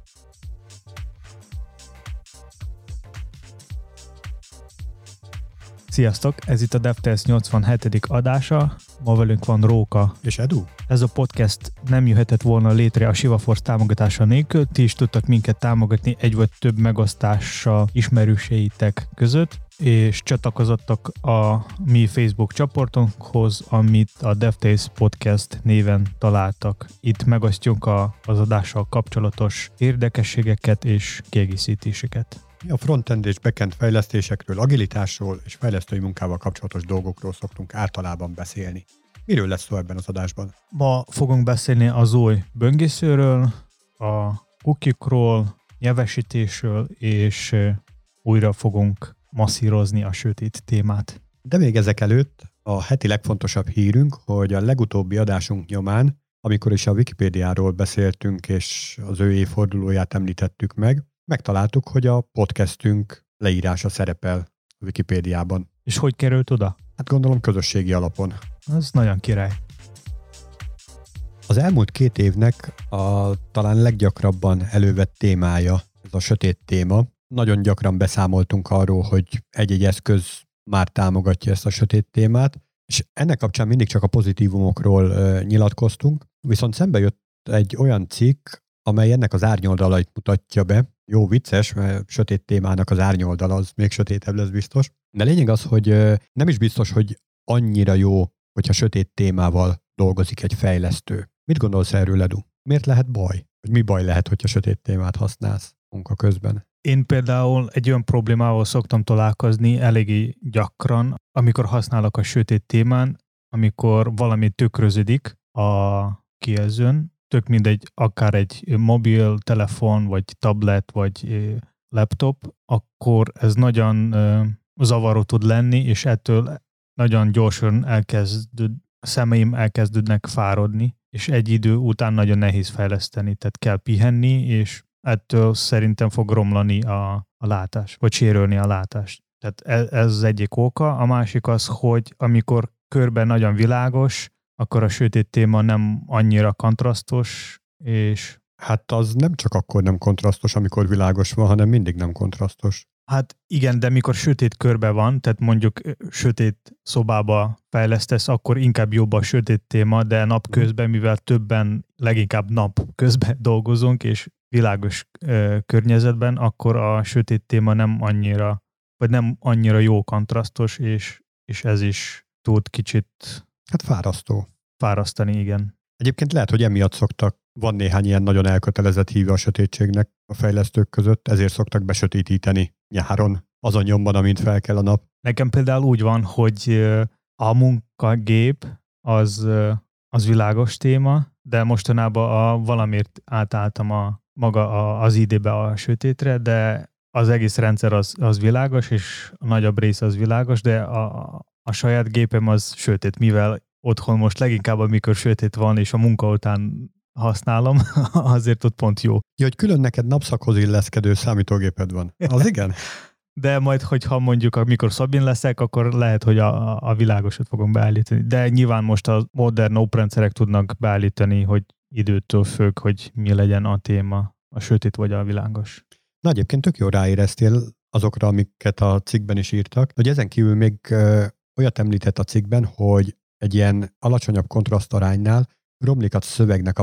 Sziasztok! Ez itt a DevTales 87. adása. Ma velünk van Róka és Edu. Ez a podcast nem jöhetett volna létre a ShivaForce támogatása nélkül. Ti is tudtak minket támogatni egy vagy több megosztással ismerőseitek között, és csatlakozottak a mi Facebook csoportunkhoz, amit a DevTales Podcast néven találtak. Itt megosztjuk az adással kapcsolatos érdekességeket és kiegészítéseket. Mi a frontend és backend fejlesztésekről, agilitásról és fejlesztői munkával kapcsolatos dolgokról szoktunk általában beszélni. Miről lesz szó ebben az adásban? Ma fogunk beszélni az új böngészőről, a cookie-król, nyelvesítésről, és újra fogunk masszírozni a sötét témát. De még ezek előtt a heti legfontosabb hírünk, hogy a legutóbbi adásunk nyomán, amikor is a Wikipédiáról beszéltünk és az ő évfordulóját említettük meg, megtaláltuk, hogy a podcastünk leírása szerepel a Wikipédiában. És hogy került oda? Hát gondolom közösségi alapon. Ez nagyon király. Az elmúlt 2 évnek a talán leggyakrabban elővett témája ez a sötét téma. Nagyon gyakran beszámoltunk arról, hogy egy-egy eszköz már támogatja ezt a sötét témát, és ennek kapcsán mindig csak a pozitívumokról nyilatkoztunk, viszont szembe jött egy olyan cikk, amely ennek az árnyoldalait mutatja be. Jó vicces, mert sötét témának az árnyoldala az még sötétebb lesz biztos. De lényeg az, hogy nem is biztos, hogy annyira jó, hogyha sötét témával dolgozik egy fejlesztő. Mit gondolsz erről, Edu? Miért lehet baj? Vagy mi baj lehet, hogyha sötét témát használsz munka közben? Én például egy olyan problémával szoktam találkozni eléggé gyakran, amikor használok a sötét témán, amikor valami tükröződik a kijelzőn, tök mindegy, akár egy mobil, telefon, vagy tablet, vagy laptop, akkor ez nagyon zavaró tud lenni, és ettől nagyon gyorsan a szemeim elkezdődnek fáradni, és egy idő után nagyon nehéz fejleszteni, tehát kell pihenni, és ettől szerintem fog romlani a látás, vagy sérülni a látás. Tehát ez az egyik oka. A másik az, hogy amikor körben nagyon világos, akkor a sötét téma nem annyira kontrasztos, és... Hát az nem csak akkor nem kontrasztos, amikor világos van, hanem mindig nem kontrasztos. Hát igen, de mikor sötét körbe van, tehát mondjuk sötét szobába fejlesztesz, akkor inkább jobb a sötét téma, de napközben, mivel többen leginkább napközben dolgozunk, és világos környezetben, akkor a sötét téma nem annyira jó kontrasztos, és ez is tud kicsit... Hát fárasztani, igen. Egyébként lehet, hogy emiatt van néhány ilyen nagyon elkötelezett híve a sötétségnek a fejlesztők között, ezért szoktak besötétíteni nyáron, azon nyomban, amint fel kell a nap. Nekem például úgy van, hogy a munkagép az világos téma, de mostanában valamiért átálltam az ID-be a sötétre, de az egész rendszer az világos, és a nagyobb rész az világos, de a saját gépem az sötét, mivel otthon most leginkább, amikor sötét van, és a munka után használom, azért ott pont jó. Ja, hogy külön neked napszakhoz illeszkedő számítógéped van. Az igen? De majd, hogyha mondjuk, amikor szabin leszek, akkor lehet, hogy a világosat fogom beállítani. De nyilván most a modern oprendszerek tudnak beállítani, hogy időtől függ, hogy mi legyen a téma, a sötét vagy a világos. Na, egyébként tök jól ráéreztél azokra, amiket a cikkben is írtak, hogy ezen kívül még olyat említett a cikkben, hogy egy ilyen alacsonyabb kontrasztaránynál romlik a szövegnek a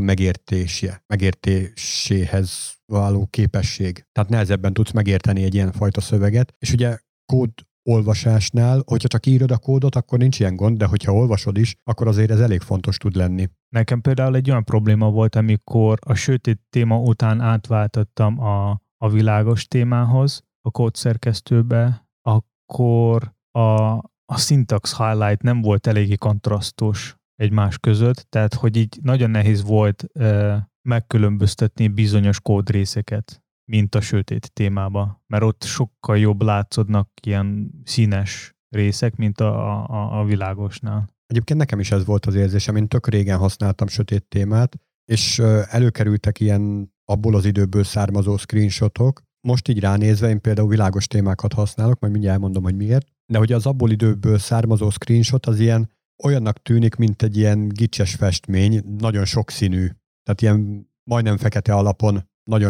megértéséhez való képesség. Tehát nehezebben tudsz megérteni egy ilyen fajta szöveget, és ugye kód olvasásnál, hogyha csak írod a kódot, akkor nincs ilyen gond, de hogyha olvasod is, akkor azért ez elég fontos tud lenni. Nekem például egy olyan probléma volt, amikor a sötét téma után átváltottam a világos témához, a kódszerkesztőbe, akkor a syntax highlight nem volt eléggé kontrasztos egymás között, tehát hogy így nagyon nehéz volt megkülönböztetni bizonyos kódrészeket, mint a sötét témába, mert ott sokkal jobb látszódnak ilyen színes részek, mint a világosnál. Egyébként nekem is ez volt az érzésem, én tök régen használtam sötét témát, és előkerültek ilyen abból az időből származó screenshotok. Most így ránézve én például világos témákat használok, majd mindjárt elmondom, hogy miért, de hogy az abból időből származó screenshot az ilyen olyannak tűnik, mint egy ilyen gicses festmény, nagyon sokszínű, tehát ilyen majdnem fekete alapon nagyon sok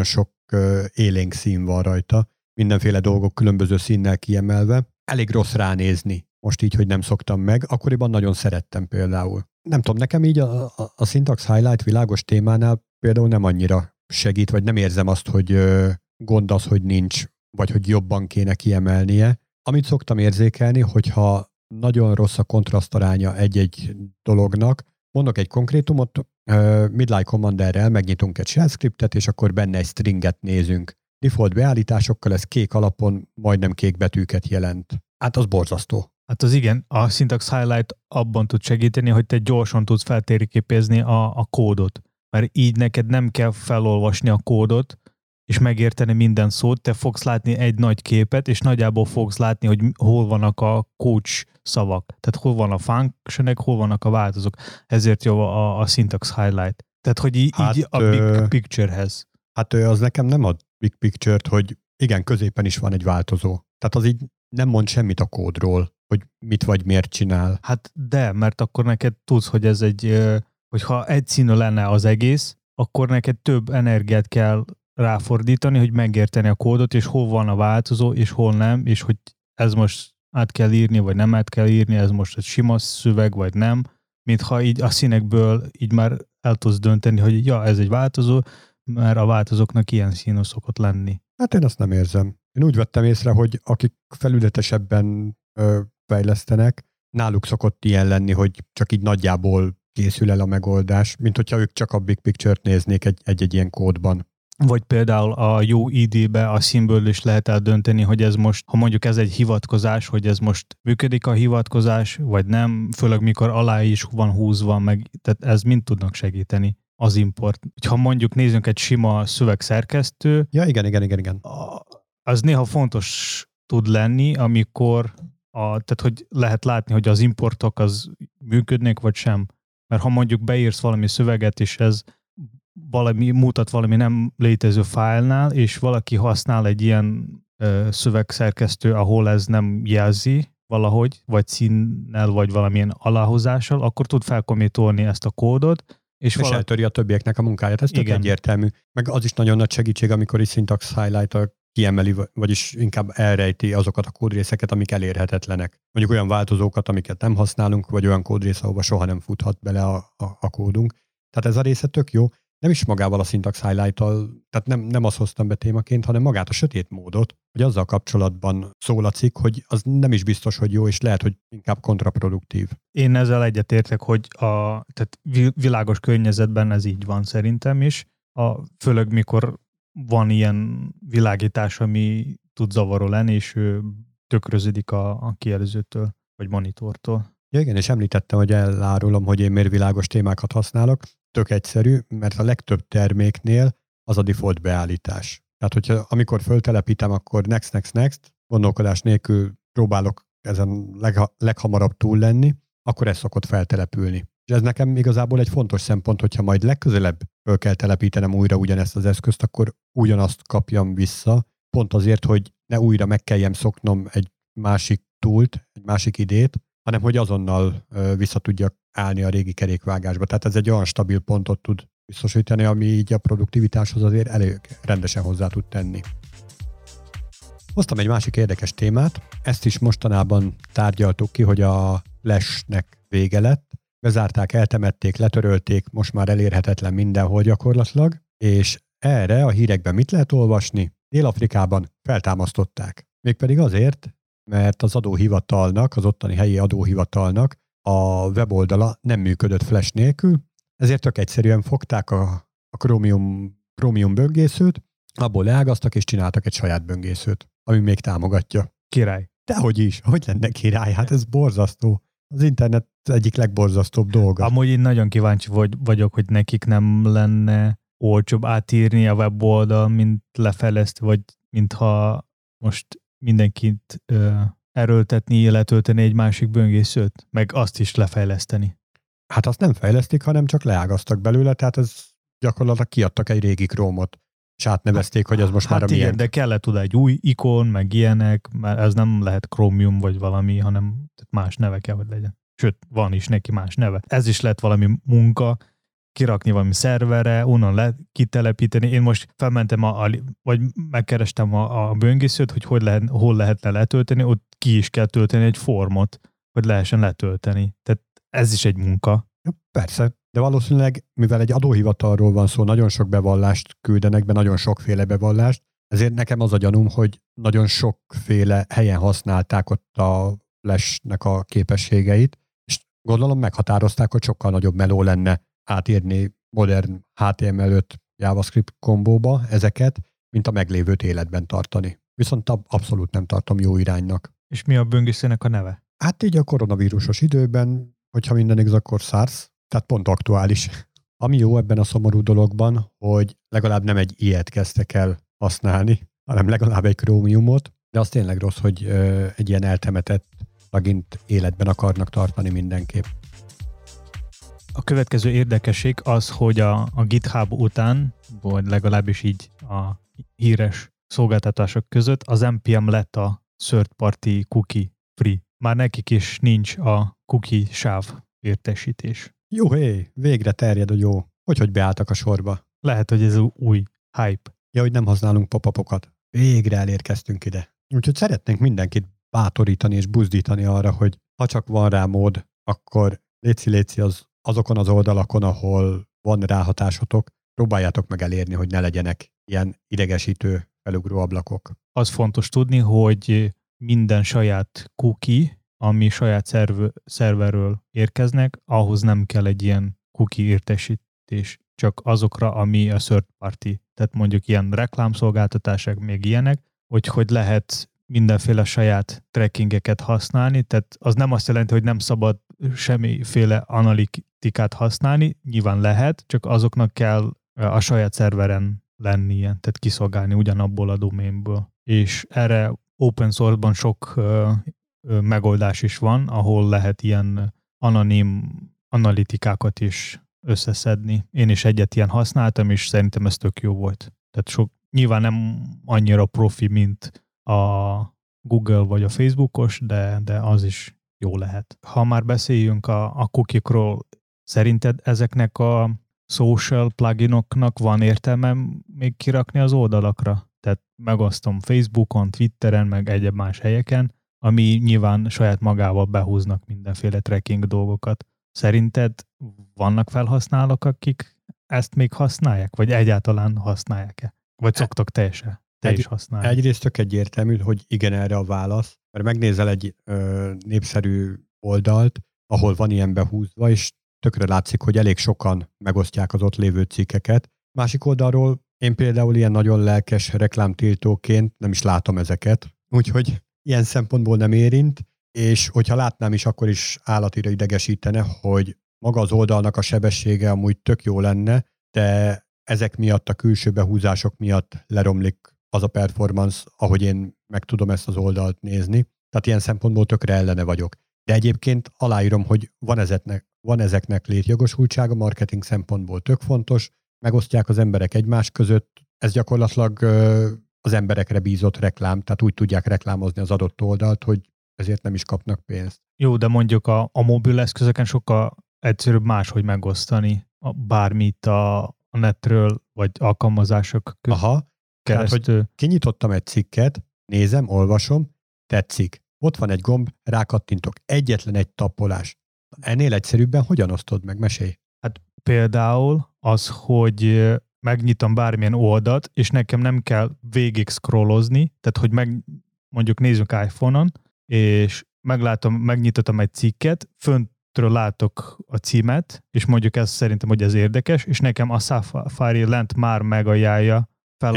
élénk szín van rajta, mindenféle dolgok különböző színnel kiemelve. Elég rossz ránézni, most így, hogy nem szoktam meg. Akkoriban nagyon szerettem például. Nem tudom, nekem így a Syntax Highlight világos témánál például nem annyira segít, vagy nem érzem azt, hogy gond az, hogy nincs, vagy hogy jobban kéne kiemelnie. Amit szoktam érzékelni, hogyha nagyon rossz a kontrasztaránya egy-egy dolognak, mondok egy konkrétumot, Midline Commanderrel megnyitunk egy shell scriptet, és akkor benne egy stringet nézünk. Default beállításokkal ez kék alapon majdnem kék betűket jelent. Hát az borzasztó. Hát az igen, a Syntax Highlight abban tud segíteni, hogy te gyorsan tudsz feltérképezni a kódot. Mert így neked nem kell felolvasni a kódot, és megérteni minden szót, te fogsz látni egy nagy képet, és nagyjából fogsz látni, hogy hol vannak a coach szavak. Tehát hol van a functionek, hol vannak a változók. Ezért jó a Syntax Highlight. Tehát, hogy így a big picture-hez. Hát az nekem nem ad big picture-t, hogy igen, középen is van egy változó. Tehát az így nem mond semmit a kódról, hogy mit vagy miért csinál. Hát de, mert akkor neked tudsz, hogy ez hogyha egy színű lenne az egész, akkor neked több energiát kell ráfordítani, hogy megérteni a kódot, és hol van a változó, és hol nem, és hogy ez most át kell írni, vagy nem át kell írni, ez most egy sima szöveg, vagy nem, mintha így a színekből így már el tudsz dönteni, hogy ja, ez egy változó, mert a változóknak ilyen színű szokott lenni. Hát én azt nem érzem. Én úgy vettem észre, hogy akik felületesebben fejlesztenek, náluk szokott ilyen lenni, hogy csak így nagyjából készül el a megoldás, mint hogyha ők csak a big picture-t néznék egy ilyen kódban. Vagy például a jó ID-be a színből is lehet eldönteni, hogy ez most, ha mondjuk ez egy hivatkozás, hogy ez most működik a hivatkozás, vagy nem, főleg mikor alá is van húzva, meg, tehát ez mind tudnak segíteni az import. Ha mondjuk nézzünk egy sima szövegszerkesztő, ja, igen. Az néha fontos tud lenni, amikor tehát hogy lehet látni, hogy az importok az működnek, vagy sem. Mert ha mondjuk beírsz valami szöveget, és ez mutat valami nem létező fájlnál, és valaki használ egy ilyen szövegszerkesztő, ahol ez nem jelzi valahogy, vagy színnel, vagy valamilyen aláhúzással, akkor tud felkommitolni ezt a kódot, és eltöri a többieknek a munkáját. Ez tök egyértelmű. Meg az is nagyon nagy segítség, amikor is Syntax Highlight kiemeli, vagyis inkább elrejti azokat a kódrészeket, amik elérhetetlenek. Mondjuk olyan változókat, amiket nem használunk, vagy olyan kódrész, ahova soha nem futhat bele a kódunk. Tehát ez a része tök jó. Nem is magával a Syntax Highlight-tal, tehát nem azt hoztam be témaként, hanem magát a sötét módot, hogy azzal kapcsolatban szól a cikk, hogy az nem is biztos, hogy jó, és lehet, hogy inkább kontraproduktív. Én ezzel egyetértek, hogy tehát világos környezetben ez így van szerintem is. Főleg mikor van ilyen világítás, ami tud zavaró lenni, és ő tükröződik a kijelzőtől, vagy monitortól. Ja, igen, és említettem, hogy elárulom, hogy én miért világos témákat használok. Tök egyszerű, mert a legtöbb terméknél az a default beállítás. Tehát, hogyha amikor föltelepítem, akkor next, gondolkodás nélkül próbálok ezen leghamarabb túl lenni, akkor ez szokott feltelepülni. És ez nekem igazából egy fontos szempont, hogyha majd legközelebb föl kell telepítenem újra ugyanezt az eszközt, akkor ugyanazt kapjam vissza, pont azért, hogy ne újra meg kelljen szoknom egy másik túlt, egy másik idét, hanem hogy azonnal vissza tudjak állni a régi kerékvágásba. Tehát ez egy olyan stabil pontot tud biztosítani, ami így a produktivitáshoz azért elég rendesen hozzá tud tenni. Hoztam egy másik érdekes témát, ezt is mostanában tárgyaltuk ki, hogy a Flash-nek vége lett, bezárták, eltemették, letörölték, most már elérhetetlen mindenhol gyakorlatilag, és erre a hírekben mit lehet olvasni? Dél-Afrikában feltámasztották. Mégpedig azért, mert az adóhivatalnak, az ottani helyi adóhivatalnak a weboldala nem működött Flash nélkül, ezért tök egyszerűen fogták a Chromium böngészőt, abból leágaztak és csináltak egy saját böngészőt, ami még támogatja. Király. Dehogy is, hogy lenne király? Hát ez borzasztó. Az internet egyik legborzasztóbb dolga. Amúgy én nagyon kíváncsi vagyok, hogy nekik nem lenne olcsóbb átírni a weboldal, mint lefejleszteni, vagy mintha most mindenkit erőltetni, letölteni egy másik böngészőt, meg azt is lefejleszteni. Hát azt nem fejlesztik, hanem csak leágaztak belőle, tehát ez gyakorlatilag kiadtak egy régi Chrome-ot, és átnevezték, hogy ez most már a igen, milyen. de kellett oda egy új ikon, meg ilyenek, mert ez nem lehet Chromium vagy valami, hanem más neve kell, hogy legyen. Sőt, van is neki más neve. Ez is lett valami munka, kirakni valami szerverre, onnan kitelepíteni. Én most felmentem, vagy megkerestem a böngészőt, hogy hol lehetne letölteni, ott ki is kell tölteni egy formot, hogy lehessen letölteni. Tehát ez is egy munka. Ja, persze, de valószínűleg, mivel egy adóhivatalról van szó, nagyon sok bevallást küldenek be, nagyon sokféle bevallást, ezért nekem az a gyanúm, hogy nagyon sokféle helyen használták ott a Flash-nek a képességeit, és gondolom meghatározták, hogy sokkal nagyobb meló lenne átírni modern HTML5 JavaScript kombóba ezeket, mint a meglévőt életben tartani. Viszont abszolút nem tartom jó iránynak. És mi a böngészőnek a neve? Hát így a koronavírusos időben, hogyha minden igaz, akkor SARS, tehát pont aktuális. Ami jó ebben a szomorú dologban, hogy legalább nem egy ilyet kezdtek el használni, hanem legalább egy Chromiumot, de az tényleg rossz, hogy egy ilyen eltemetett plugint életben akarnak tartani mindenképp. A következő érdekesség az, hogy a GitHub után, vagy legalábbis így a híres szolgáltatások között az NPM lett a third party cookie free. Már nekik is nincs a cookie sáv értesítés. Jó, végre terjed a jó. Hogy beálltak a sorba. Lehet, hogy ez új hype. Ja, hogy nem használunk pop-upokat. Végre elérkeztünk ide. Úgyhogy szeretnénk mindenkit bátorítani és buzdítani arra, hogy ha csak van rá mód, akkor léci azokon az oldalakon, ahol van ráhatásotok, próbáljátok meg elérni, hogy ne legyenek ilyen idegesítő felugró ablakok. Az fontos tudni, hogy minden saját cookie, ami saját szerverről érkeznek, ahhoz nem kell egy ilyen cookie értesítés, csak azokra, ami a third party. Tehát mondjuk ilyen reklámszolgáltatások, még ilyenek, hogy lehet mindenféle saját trackingeket használni, tehát az nem azt jelenti, hogy nem szabad semmiféle analitikát használni, nyilván lehet, csak azoknak kell a saját szerveren lennie, tehát kiszolgálni ugyanabból a doménből. És erre open source-ban sok megoldás is van, ahol lehet ilyen anonim analitikákat is összeszedni. Én is egyet ilyen használtam, és szerintem ez tök jó volt. Tehát nyilván nem annyira profi, mint a Google vagy a Facebookos, de az is jó lehet. Ha már beszéljünk a cookie-król, szerinted ezeknek a social pluginoknak van értelme még kirakni az oldalakra? Tehát megosztom Facebookon, Twitteren, meg egyéb más helyeken, ami nyilván saját magával behúznak mindenféle tracking dolgokat. Szerinted vannak felhasználók, akik ezt még használják? Vagy egyáltalán használják-e? Vagy szoktok teljesen? Is használni? Egyrészt tök egyértelmű, hogy igen erre a válasz, mert megnézel egy népszerű oldalt, ahol van ilyen behúzva, és tökre látszik, hogy elég sokan megosztják az ott lévő cikkeket. Másik oldalról én például ilyen nagyon lelkes reklámtiltóként nem is látom ezeket, úgyhogy ilyen szempontból nem érint, és hogyha látnám is, akkor is állatira idegesítene, hogy maga az oldalnak a sebessége amúgy tök jó lenne, de ezek miatt, a külső behúzások miatt leromlik az a performance, ahogy én meg tudom ezt az oldalt nézni. Tehát ilyen szempontból tökre ellene vagyok. De egyébként aláírom, hogy van ezeknek létjogosultsága, marketing szempontból tök fontos, megosztják az emberek egymás között, ez gyakorlatilag az emberekre bízott reklám, tehát úgy tudják reklámozni az adott oldalt, hogy ezért nem is kapnak pénzt. Jó, de mondjuk a mobil eszközöken sokkal egyszerűbb máshogy megosztani bármit a netről, vagy alkalmazások keresztül. Tehát, hogy kinyitottam egy cikket, nézem, olvasom, tetszik. Ott van egy gomb, rákattintok, egyetlen egy tappolás. Ennél egyszerűbben hogyan osztod meg? Mesélj. Hát például az, hogy megnyitom bármilyen oldalt, és nekem nem kell végig scrollozni, tehát hogy mondjuk nézzük iPhone-on, és megnyitottam egy cikket, föntről látok a címet, és mondjuk ez szerintem, hogy ez érdekes, és nekem a Safari lent már felajánlja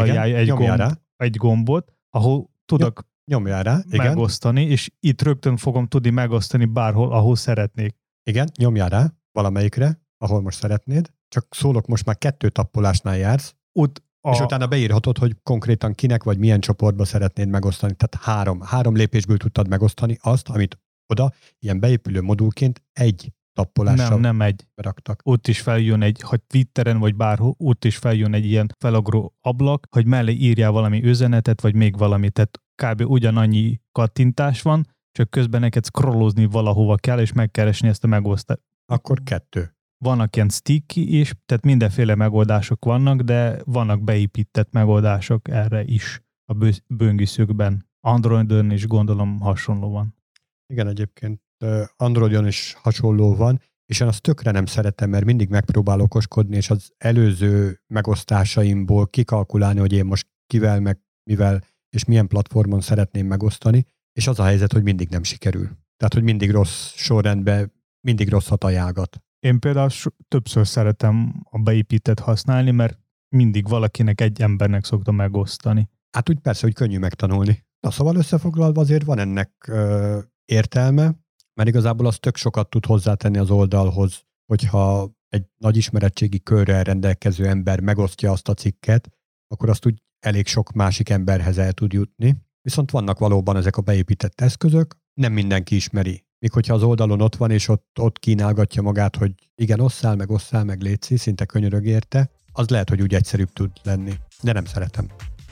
egy gombot, ahol tudok nyomjál rá, megosztani, és itt rögtön fogom tudni megosztani bárhol, ahol szeretnék. Igen, nyomjál rá valamelyikre, ahol most szeretnéd, csak szólok, most már 2 tappolásnál jársz, és utána beírhatod, hogy konkrétan kinek vagy milyen csoportba szeretnéd megosztani. Tehát 3 lépésből tudtad megosztani azt, amit oda ilyen beépülő modulként egy tappolással nem egy. beraktak. Ott is feljön hogy Twitteren vagy bárhol, ott is feljön egy ilyen felugró ablak, hogy mellé írjál valami üzenetet, vagy még valamit. Tehát kb. Ugyanannyi kattintás van, csak közben neked scrollozni valahova kell, és megkeresni ezt a megosztást. Akkor 2. vannak ilyen sticky is, tehát mindenféle megoldások vannak, de vannak beépített megoldások erre is a böngészőkben. Androidon is gondolom hasonló van. Igen, egyébként Androidon is hasonló van, és én azt tökre nem szeretem, mert mindig megpróbálok okoskodni, és az előző megosztásaimból kikalkulálni, hogy én most kivel, meg mivel, és milyen platformon szeretném megosztani, és az a helyzet, hogy mindig nem sikerül. Tehát, hogy mindig rossz sorrendben, mindig rosszat ajánlgat. Én például többször szeretem a beépített használni, mert mindig valakinek, egy embernek szoktam megosztani. Hát úgy persze, hogy könnyű megtanulni. Na, szóval összefoglalva azért van ennek értelme, mert igazából az tök sokat tud hozzátenni az oldalhoz, hogyha egy nagy ismeretségi körrel rendelkező ember megosztja azt a cikket, akkor azt úgy elég sok másik emberhez el tud jutni. Viszont vannak valóban ezek a beépített eszközök, nem mindenki ismeri. Míg hogyha az oldalon ott van, és ott kínálgatja magát, hogy igen, osszál meg, létszi, szinte könyörög érte, az lehet, hogy úgy egyszerűbb tud lenni. De nem szeretem.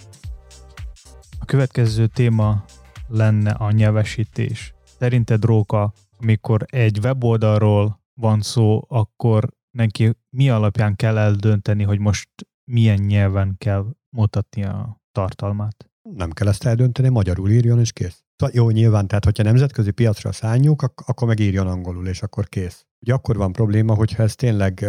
A következő téma lenne a nyelvesítés. Szerinted, Róka, amikor egy weboldalról van szó, akkor neki mi alapján kell eldönteni, hogy most milyen nyelven kell mutatni a tartalmát? Nem kell ezt eldönteni, magyarul írjon, és kész. Jó, nyilván, tehát hogyha nemzetközi piacra szálljuk, akkor meg írjon angolul, és akkor kész. Ugye akkor van probléma, hogyha ezt tényleg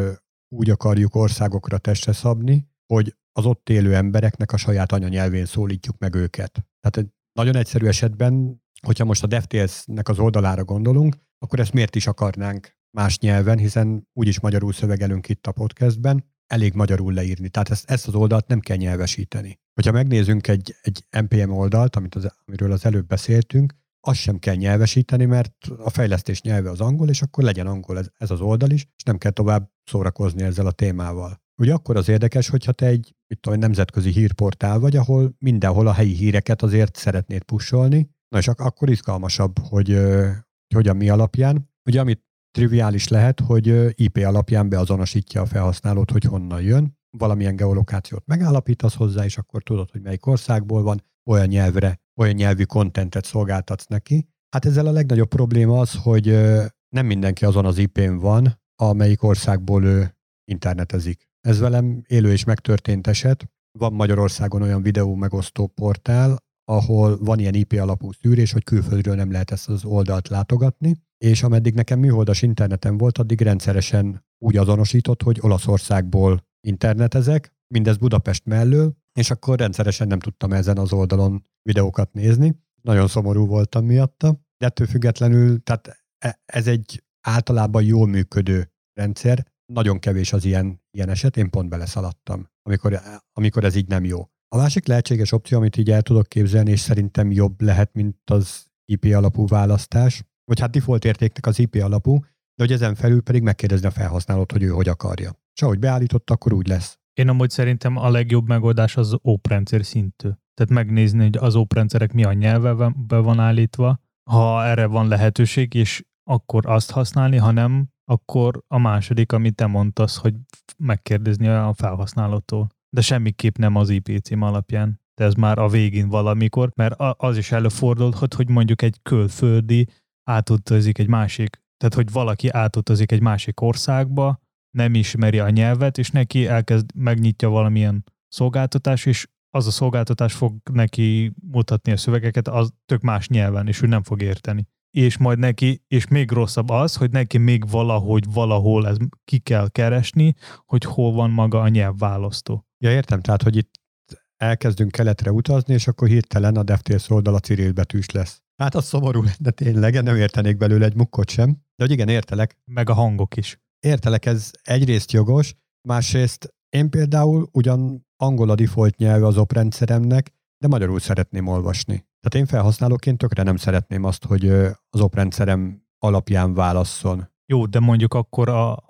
úgy akarjuk országokra testre szabni, hogy az ott élő embereknek a saját anyanyelvén szólítjuk meg őket. Tehát egy nagyon egyszerű esetben, hogyha most a DevTales-nek az oldalára gondolunk, akkor ezt miért is akarnánk más nyelven, hiszen úgyis magyarul szövegelünk itt a podcastben, elég magyarul leírni. Tehát ezt az oldalt nem kell nyelvesíteni. Hogyha megnézünk egy NPM oldalt, amiről az előbb beszéltünk, azt sem kell nyelvesíteni, mert a fejlesztés nyelve az angol, és akkor legyen angol ez az oldal is, és nem kell tovább szórakozni ezzel a témával. Ugye akkor az érdekes, hogyha te egy nemzetközi hírportál vagy, ahol mindenhol a helyi híreket azért szeretnéd pusolni, na és akkor izgalmasabb, hogy hogyan, mi alapján. Ugye amit triviális lehet, hogy IP alapján beazonosítja a felhasználót, hogy honnan jön, valamilyen geolokációt megállapítasz hozzá, és akkor tudod, hogy melyik országból van, olyan nyelvű kontentet szolgáltatsz neki. Hát ezzel a legnagyobb probléma az, hogy nem mindenki azon az IP-n van, amelyik országból ő internetezik. Ez velem élő és megtörtént eset. Van Magyarországon olyan videó megosztó portál, ahol van ilyen IP alapú szűrés, hogy külföldről nem lehet ezt az oldalt látogatni, és ameddig nekem műholdas internetem volt, addig rendszeresen úgy azonosított, hogy Olaszországból internetezek, mindez Budapest mellől, és akkor rendszeresen nem tudtam ezen az oldalon videókat nézni. Nagyon szomorú voltam miatta, de ettől függetlenül, tehát ez egy általában jól működő rendszer, nagyon kevés az ilyen eset, én pont beleszaladtam, amikor ez így nem jó. A másik lehetséges opció, amit így el tudok képzelni, és szerintem jobb lehet, mint az IP alapú választás, vagy hát default értéknek az IP alapú, de hogy ezen felül pedig megkérdezni a felhasználót, hogy ő hogy akarja. És ahogy beállította, akkor úgy lesz. Én amúgy szerintem a legjobb megoldás az OP-rendszer szintű. Tehát megnézni, hogy az OP-rendszerek mi a nyelven be van állítva. Ha erre van lehetőség, és akkor azt használni, ha nem, akkor a második, amit te mondtasz, hogy megkérdezni a felhasználótól. De semmiképp nem az IP cím alapján. De ez már a végén valamikor, mert az is előfordulhat, hogy mondjuk egy külföldi átutazik egy másik, tehát hogy valaki átutazik egy másik országba, nem ismeri a nyelvet, és neki megnyitja valamilyen szolgáltatás, és az a szolgáltatás fog neki mutatni a szövegeket az tök más nyelven, és ő nem fog érteni. És majd neki, és még rosszabb az, hogy neki még valahol ez ki kell keresni, hogy hol van maga a nyelvválasztó. Ja, értem, tehát, hogy itt elkezdünk keletre utazni, és akkor hirtelen a DevTales oldal a cirilbetűs lesz. Hát az szomorú lenne tényleg, nem értenék belőle egy mukkot sem, de hogy igen, értelek. Meg a hangok is. Értelek, ez egyrészt jogos, másrészt én például ugyan angol a default nyelve az oprendszeremnek, de magyarul szeretném olvasni. Tehát én felhasználóként tökre nem szeretném azt, hogy az oprendszerem alapján válasszon. Jó, de mondjuk akkor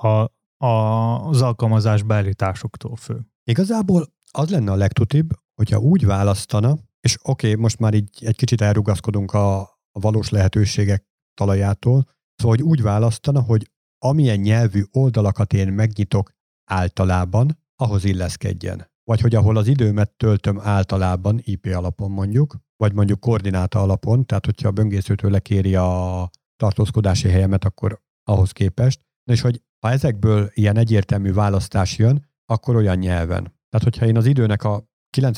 az alkalmazás beállításoktól függ. Igazából az lenne a legtutibb, hogyha úgy választana, és oké, most már így egy kicsit elrugaszkodunk a valós lehetőségek talajától, szóval hogy úgy választana, hogy amilyen nyelvű oldalakat én megnyitok általában, ahhoz illeszkedjen. Vagy hogy ahol az időmet töltöm általában, IP alapon mondjuk, vagy mondjuk koordináta alapon, tehát hogyha a böngészőtől lekéri a tartózkodási helyemet, akkor ahhoz képest. És hogy Ha ezekből ilyen egyértelmű választás jön, akkor olyan nyelven. Tehát, hogyha én az időnek a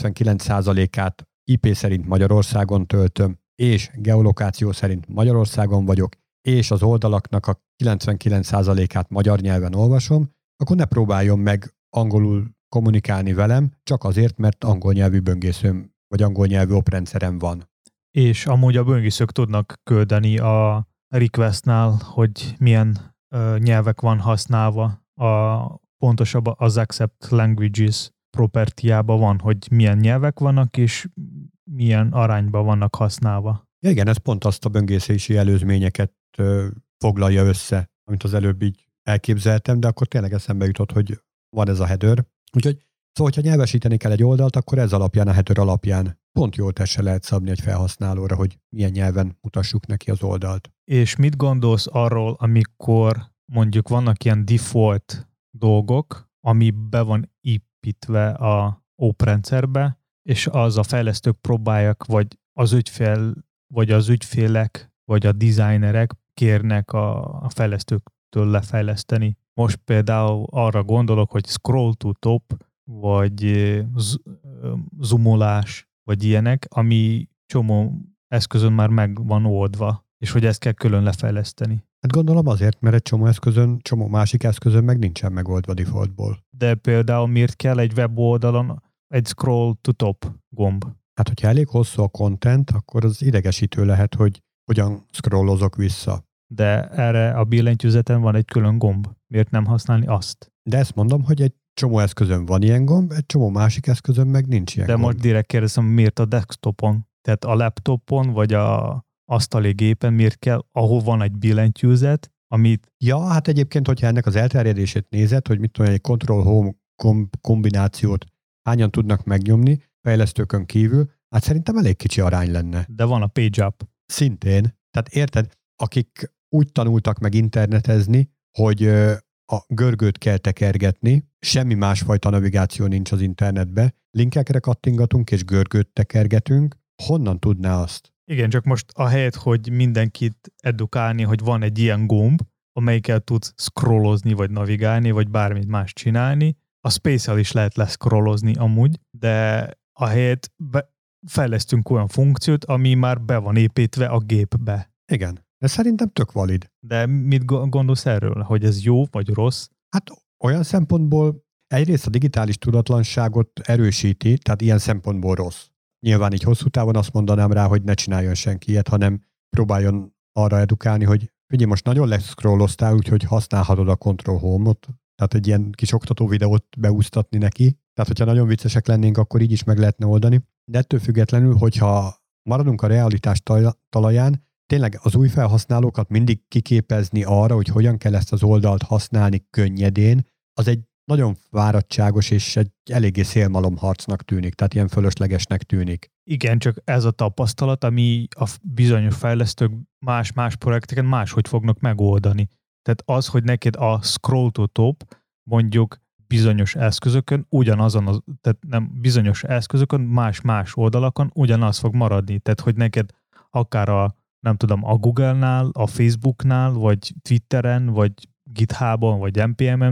99%-át IP szerint Magyarországon töltöm, és geolokáció szerint Magyarországon vagyok, és az oldalaknak a 99%-át magyar nyelven olvasom, akkor ne próbáljon meg angolul kommunikálni velem, csak azért, mert angol nyelvű böngészőm, vagy angol nyelvű oprendszerem van. És amúgy a böngészők tudnak küldeni a requestnál, hogy milyen nyelvek van használva. Pontosabban az Accept Languages propertyában van, hogy milyen nyelvek vannak, és milyen arányban vannak használva. Ja, igen, ez pont azt a böngészési előzményeket foglalja össze, amit az előbb így elképzeltem, de akkor tényleg eszembe jutott, hogy van ez a header. Úgyhogy szóval, hogyha nyelvesíteni kell egy oldalt, akkor ez alapján, a header alapján pont jól tesse lehet szabni egy felhasználóra, hogy milyen nyelven mutassuk neki az oldalt. És mit gondolsz arról, amikor mondjuk vannak ilyen default dolgok, ami be van építve a oprendszerbe, és az a fejlesztők próbálják, vagy az ügyfél, vagy az ügyfélek, vagy a designerek kérnek a fejlesztőktől lefejleszteni. Most például arra gondolok, hogy scroll to top, vagy zoomolás, vagy ilyenek, ami csomó eszközön már meg van oldva, és hogy ezt kell külön lefejleszteni. Hát gondolom azért, mert egy csomó másik eszközön meg nincsen megoldva defaultból. De például miért kell egy weboldalon egy scroll to top gomb? Hát, hogyha elég hosszú a content, akkor az idegesítő lehet, hogy hogyan scrollozok vissza. De erre a billentyűzeten van egy külön gomb. Miért nem használni azt? De ezt mondom, hogy egy csomó eszközön van ilyen gomb, egy csomó másik eszközön meg nincs ilyen gomb. De most direkt kérdezem, miért a desktopon? Tehát a laptopon, vagy a asztali gépen miért kell, ahol van egy billentyűzet, amit... Ja, hát egyébként, hogyha ennek az elterjedését nézed, hogy mit tudom, egy Control-Home kombinációt hányan tudnak megnyomni fejlesztőkön kívül, hát szerintem elég kicsi arány lenne. De van a PageUp. Szintén. Tehát érted, akik úgy tanultak meg internetezni, hogy a görgőt kell tekergetni, semmi másfajta navigáció nincs az internetbe, linkekre kattingatunk és görgőt tekergetünk, honnan tudná azt? Igen, csak most ahelyett, hogy mindenkit edukálni, hogy van egy ilyen gomb, amelyikkel tudsz scrollozni, vagy navigálni, vagy bármit más csinálni, a Space-el is lehet leszcrollozni amúgy, de ahelyett fejlesztünk olyan funkciót, ami már be van építve a gépbe. Igen, ez szerintem tök valid. De mit gondolsz erről? Hogy ez jó vagy rossz? Hát olyan szempontból egyrészt a digitális tudatlanságot erősíti, tehát ilyen szempontból rossz. Nyilván így hosszú távon azt mondanám rá, hogy ne csináljon senki ilyet, hanem próbáljon arra edukálni, hogy figyelj, most nagyon leszcrolloztál, úgyhogy használhatod a Control Home-ot, tehát egy ilyen kis oktató videót beúsztatni neki. Tehát, hogyha nagyon viccesek lennénk, akkor így is meg lehetne oldani. De ettől függetlenül, hogyha maradunk a realitás talaján, tényleg az új felhasználókat mindig kiképezni arra, hogy hogyan kell ezt az oldalt használni könnyedén, az egy nagyon fáradtságos és egy eléggé szélmalomharcnak tűnik, tehát ilyen fölöslegesnek tűnik. Igen, csak ez a tapasztalat, ami a bizonyos fejlesztők más projekteken máshogy fognak megoldani. Tehát az, hogy neked a scroll to top mondjuk bizonyos eszközökön tehát nem bizonyos eszközökön, más oldalakon ugyanaz fog maradni. Tehát, hogy neked akár a Google-nál, a Facebooknál, vagy Twitteren, vagy GitHub-on, vagy NPM-en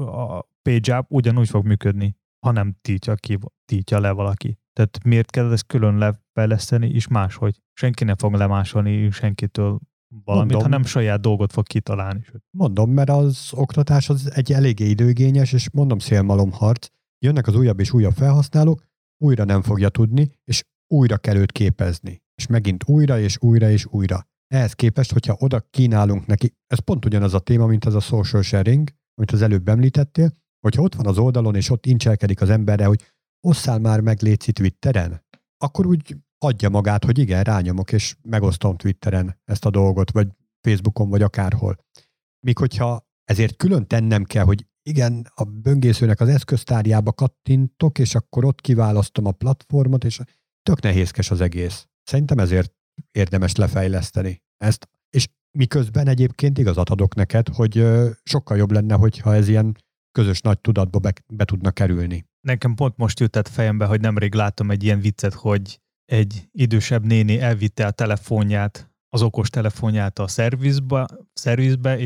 a PageUp ugyanúgy fog működni, ha nem tiltja le valaki. Tehát miért kell ezt külön lefejleszteni, és máshogy? Senki nem fog lemásolni senkitől valamit, hanem saját dolgot fog kitalálni. Mondom, mert az oktatás az egy eléggé időigényes, és mondom szélmalomharc. Jönnek az újabb és újabb felhasználók, újra nem fogja tudni, és újra kell őt képezni. És megint újra, és újra, és újra. Ehhez képest, hogyha oda kínálunk neki, ez pont ugyanaz a téma, mint az a social sharing, amit az előbb említettél, hogyha ott van az oldalon, és ott incselkedik az emberre, hogy osszál már meg léci Twitteren, akkor úgy adja magát, hogy igen, rányomok, és megosztom Twitteren ezt a dolgot, vagy Facebookon, vagy akárhol. Míg hogyha ezért külön tennem kell, hogy igen, a böngészőnek az eszköztárjába kattintok, és akkor ott kiválasztom a platformot, és tök nehézkes az egész. Szerintem ezért érdemes lefejleszteni ezt. És miközben egyébként igazat adok neked, hogy sokkal jobb lenne, hogyha ez ilyen közös nagy tudatba be tudna kerülni. Nekem pont most jutott fejembe, hogy nemrég láttam egy ilyen viccet, hogy egy idősebb néni elvitte a telefonját, az okos telefonját a szervizbe, és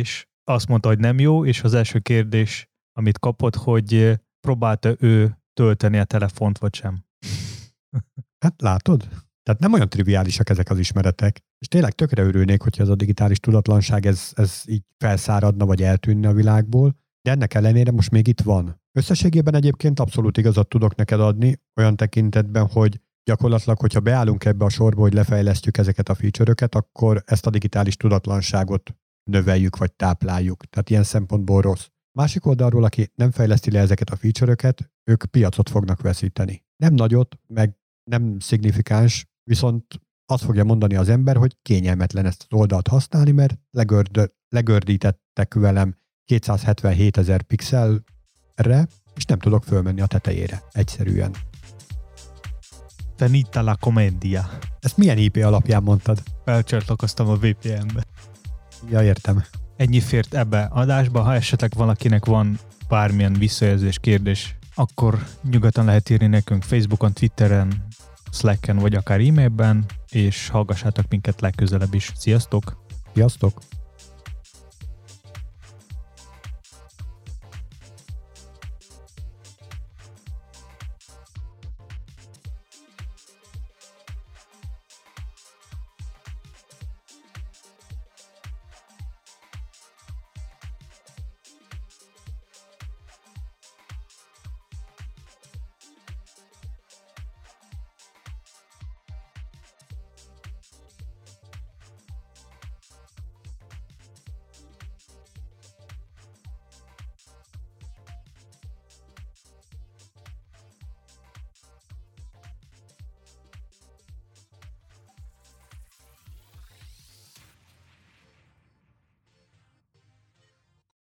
azt mondta, hogy nem jó, és az első kérdés, amit kapott, hogy próbálta ő tölteni a telefont, vagy sem. Hát látod? Tehát nem olyan triviálisak ezek az ismeretek. És tényleg tökre örülnék, hogyha ez a digitális tudatlanság ez így felszáradna, vagy eltűnne a világból, de ennek ellenére most még itt van. Összességében egyébként abszolút igazat tudok neked adni, olyan tekintetben, hogy gyakorlatilag, hogyha beállunk ebbe a sorba, hogy lefejlesztjük ezeket a feature-öket, akkor ezt a digitális tudatlanságot növeljük, vagy tápláljuk. Tehát ilyen szempontból rossz. Másik oldalról, aki nem fejleszti le ezeket a feature-öket, ők piacot fognak veszíteni. Nem nagyot, meg nem szignifikáns, viszont azt fogja mondani az ember, hogy kényelmetlen ezt az oldalt használni, mert legördítettek velem 277 000 pixelre, és nem tudok fölmenni a tetejére. Egyszerűen. Finita la commedia. Ezt milyen IP alapján mondtad? Felcsatlakoztam a VPN-be. Ja, értem. Ennyi fért ebbe adásba. Ha esetleg valakinek van bármilyen visszajelzés, kérdés, akkor nyugodtan lehet írni nekünk Facebookon, Twitteren, Slacken vagy akár e-mailben, és hallgassátok minket legközelebb is. Sziasztok! Sziasztok!